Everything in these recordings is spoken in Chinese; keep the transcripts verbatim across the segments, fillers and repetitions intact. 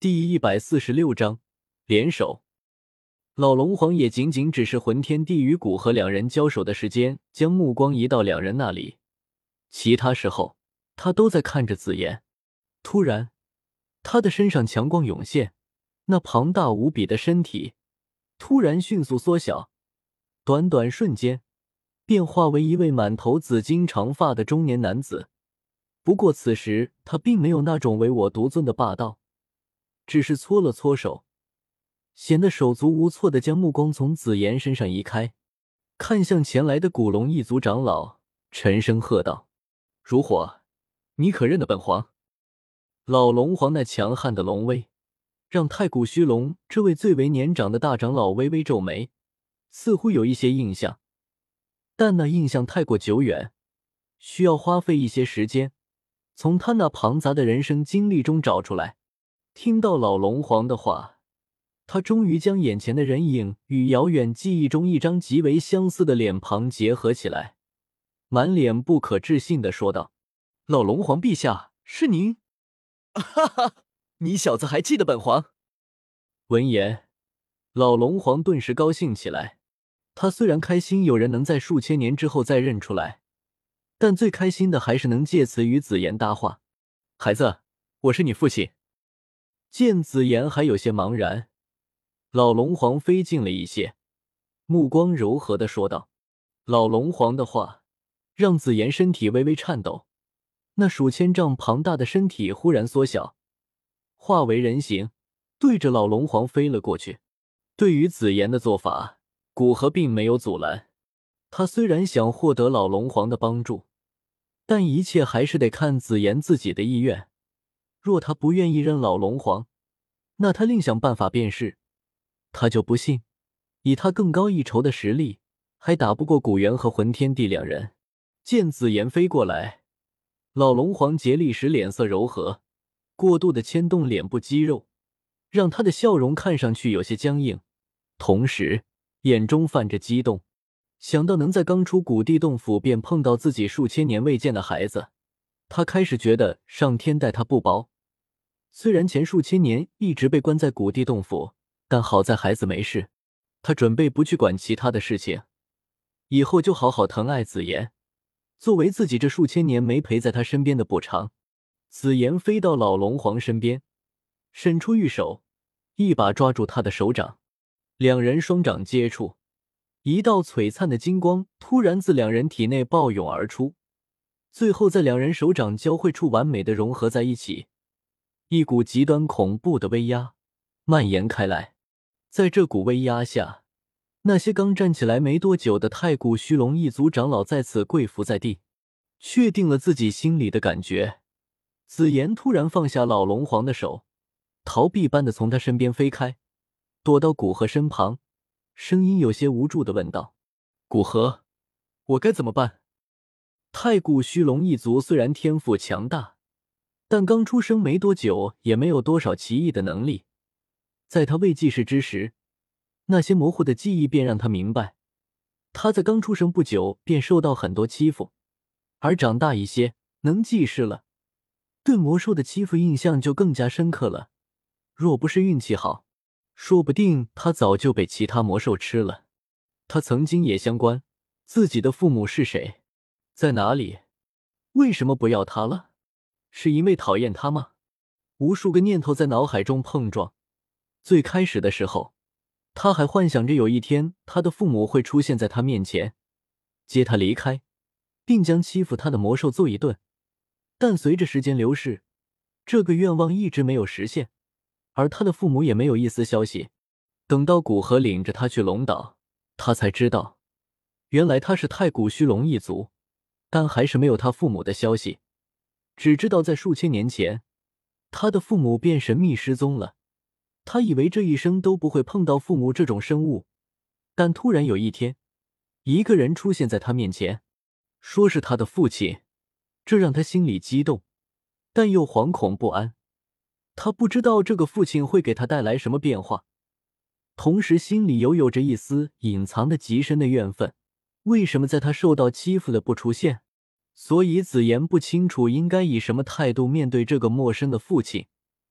第一百四十六章联手。老龙皇也仅仅只是魂天帝与古河两人交手的时间，将目光移到两人那里，其他时候他都在看着紫妍。突然，他的身上强光涌现，那庞大无比的身体突然迅速缩小，短短瞬间便化为一位满头紫金长发的中年男子。不过此时他并没有那种唯我独尊的霸道，只是搓了搓手，显得手足无措地将目光从紫妍身上移开，看向前来的古龙一族长老，沉声喝道：“如火，你可认得本皇？”老龙皇那强悍的龙威，让太古虚龙这位最为年长的大长老微微皱眉，似乎有一些印象，但那印象太过久远，需要花费一些时间，从他那庞杂的人生经历中找出来。听到老龙皇的话，他终于将眼前的人影与遥远记忆中一张极为相似的脸庞结合起来，满脸不可置信地说道：“老龙皇陛下，是您？哈哈，你小子还记得本皇？”闻言，老龙皇顿时高兴起来。他虽然开心有人能在数千年之后再认出来，但最开心的还是能借此与紫妍搭话。“孩子，我是你父亲。”见紫妍还有些茫然，老龙皇飞近了一些，目光柔和地说道。老龙皇的话让紫妍身体微微颤抖，那数千丈庞大的身体忽然缩小，化为人形，对着老龙皇飞了过去。对于紫妍的做法，古河并没有阻拦。他虽然想获得老龙皇的帮助，但一切还是得看紫妍自己的意愿。若他不愿意认老龙皇，那他另想办法便是。他就不信，以他更高一筹的实力，还打不过古元和魂天帝两人。见紫妍飞过来，老龙皇竭力使脸色柔和，过度的牵动脸部肌肉，让他的笑容看上去有些僵硬，同时眼中泛着激动。想到能在刚出古地洞府便碰到自己数千年未见的孩子，他开始觉得上天待他不薄。虽然前数千年一直被关在古地洞府，但好在孩子没事，他准备不去管其他的事情，以后就好好疼爱紫妍，作为自己这数千年没陪在他身边的补偿。紫妍飞到老龙皇身边，伸出玉手，一把抓住他的手掌，两人双掌接触，一道璀璨的金光突然自两人体内暴涌而出，最后在两人手掌交汇处完美的融合在一起，一股极端恐怖的威压蔓延开来。在这股威压下，那些刚站起来没多久的太古虚龙一族长老再次跪伏在地，确定了自己心里的感觉。紫妍突然放下老龙皇的手，逃避般的从他身边飞开，躲到古河身旁，声音有些无助地问道：“古河，我该怎么办？”太古虚龙一族虽然天赋强大，但刚出生没多久，也没有多少奇异的能力。在他未记事之时，那些模糊的记忆便让他明白，他在刚出生不久便受到很多欺负，而长大一些，能记事了，对魔兽的欺负印象就更加深刻了。若不是运气好，说不定他早就被其他魔兽吃了。他曾经也相关，自己的父母是谁，在哪里，为什么不要他了？是因为讨厌他吗？无数个念头在脑海中碰撞。最开始的时候，他还幻想着有一天他的父母会出现在他面前，接他离开，并将欺负他的魔兽揍一顿。但随着时间流逝，这个愿望一直没有实现，而他的父母也没有一丝消息。等到古河领着他去龙岛，他才知道，原来他是太古虚龙一族，但还是没有他父母的消息。只知道在数千年前，他的父母便神秘失踪了。他以为这一生都不会碰到父母这种生物，但突然有一天，一个人出现在他面前，说是他的父亲，这让他心里激动，但又惶恐不安。他不知道这个父亲会给他带来什么变化，同时心里又有着一丝隐藏的极深的怨愤。为什么在他受到欺负了不出现？所以紫妍不清楚应该以什么态度面对这个陌生的父亲。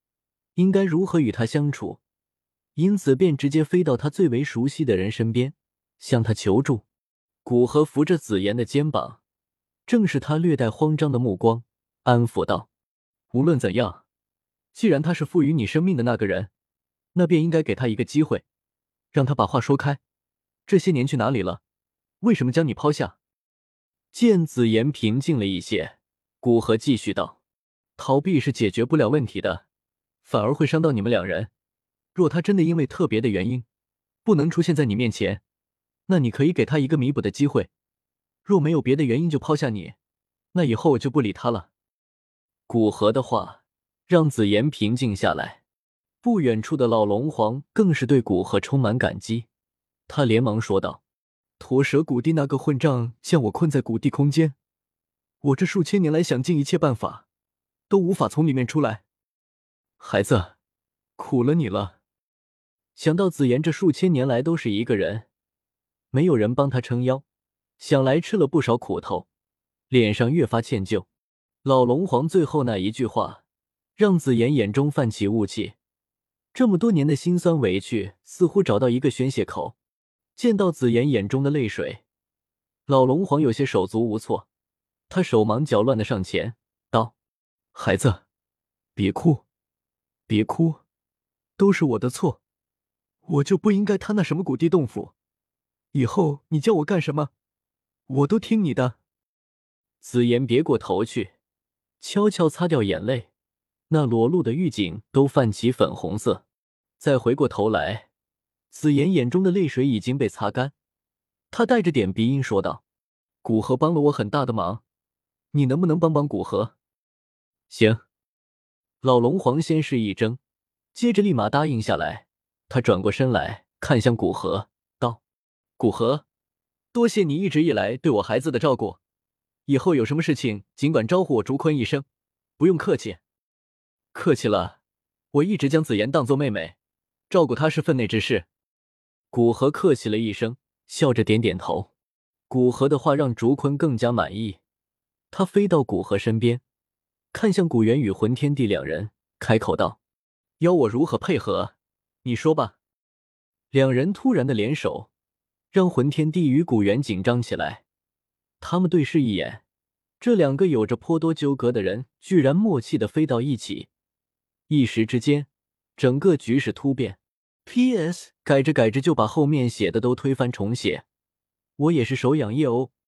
应该如何与他相处，因此便直接飞到他最为熟悉的人身边，向他求助。古河扶着紫妍的肩膀，正是他略带慌张的目光，安抚道：无论怎样，既然他是赋予你生命的那个人，那便应该给他一个机会，让他把话说开。这些年去哪里了？为什么将你抛下？见紫妍平静了一些，古河继续道：逃避是解决不了问题的，反而会伤到你们两人。若他真的因为特别的原因不能出现在你面前，那你可以给他一个弥补的机会。若没有别的原因就抛下你，那以后我就不理他了。古河的话让紫妍平静下来，不远处的老龙皇更是对古河充满感激，他连忙说道：驼蛇谷地那个混账将我困在谷地空间，我这数千年来想尽一切办法都无法从里面出来。孩子，苦了你了。想到紫妍这数千年来都是一个人，没有人帮他撑腰，想来吃了不少苦头，脸上越发歉疚。老龙皇最后那一句话让紫妍眼中泛起雾气，这么多年的辛酸委屈似乎找到一个宣泄口。见到紫妍眼中的泪水，老龙皇有些手足无措，他手忙脚乱地上前道：孩子，别哭，别哭，都是我的错，我就不应该踏那什么谷地洞府，以后你叫我干什么，我都听你的。紫妍别过头去，悄悄擦掉眼泪，那裸露的玉颈都泛起粉红色。再回过头来，紫妍眼中的泪水已经被擦干，她带着点鼻音说道：古河帮了我很大的忙，你能不能帮帮古河？行。老龙皇先是一怔，接着立马答应下来。他转过身来看向古河道：古河，多谢你一直以来对我孩子的照顾，以后有什么事情尽管招呼我竹坤一声，不用客气。客气了，我一直将紫妍当作妹妹，照顾她是分内之事。古河客气了一声，笑着点点头。古河的话让竹坤更加满意，他飞到古河身边，看向古元与魂天帝两人，开口道：要我如何配合，你说吧。两人突然的联手让魂天帝与古元紧张起来，他们对视一眼，这两个有着颇多纠葛的人居然默契的飞到一起，一时之间整个局势突变。 P S 改着改着就把后面写的都推翻重写，我也是手痒叶哦。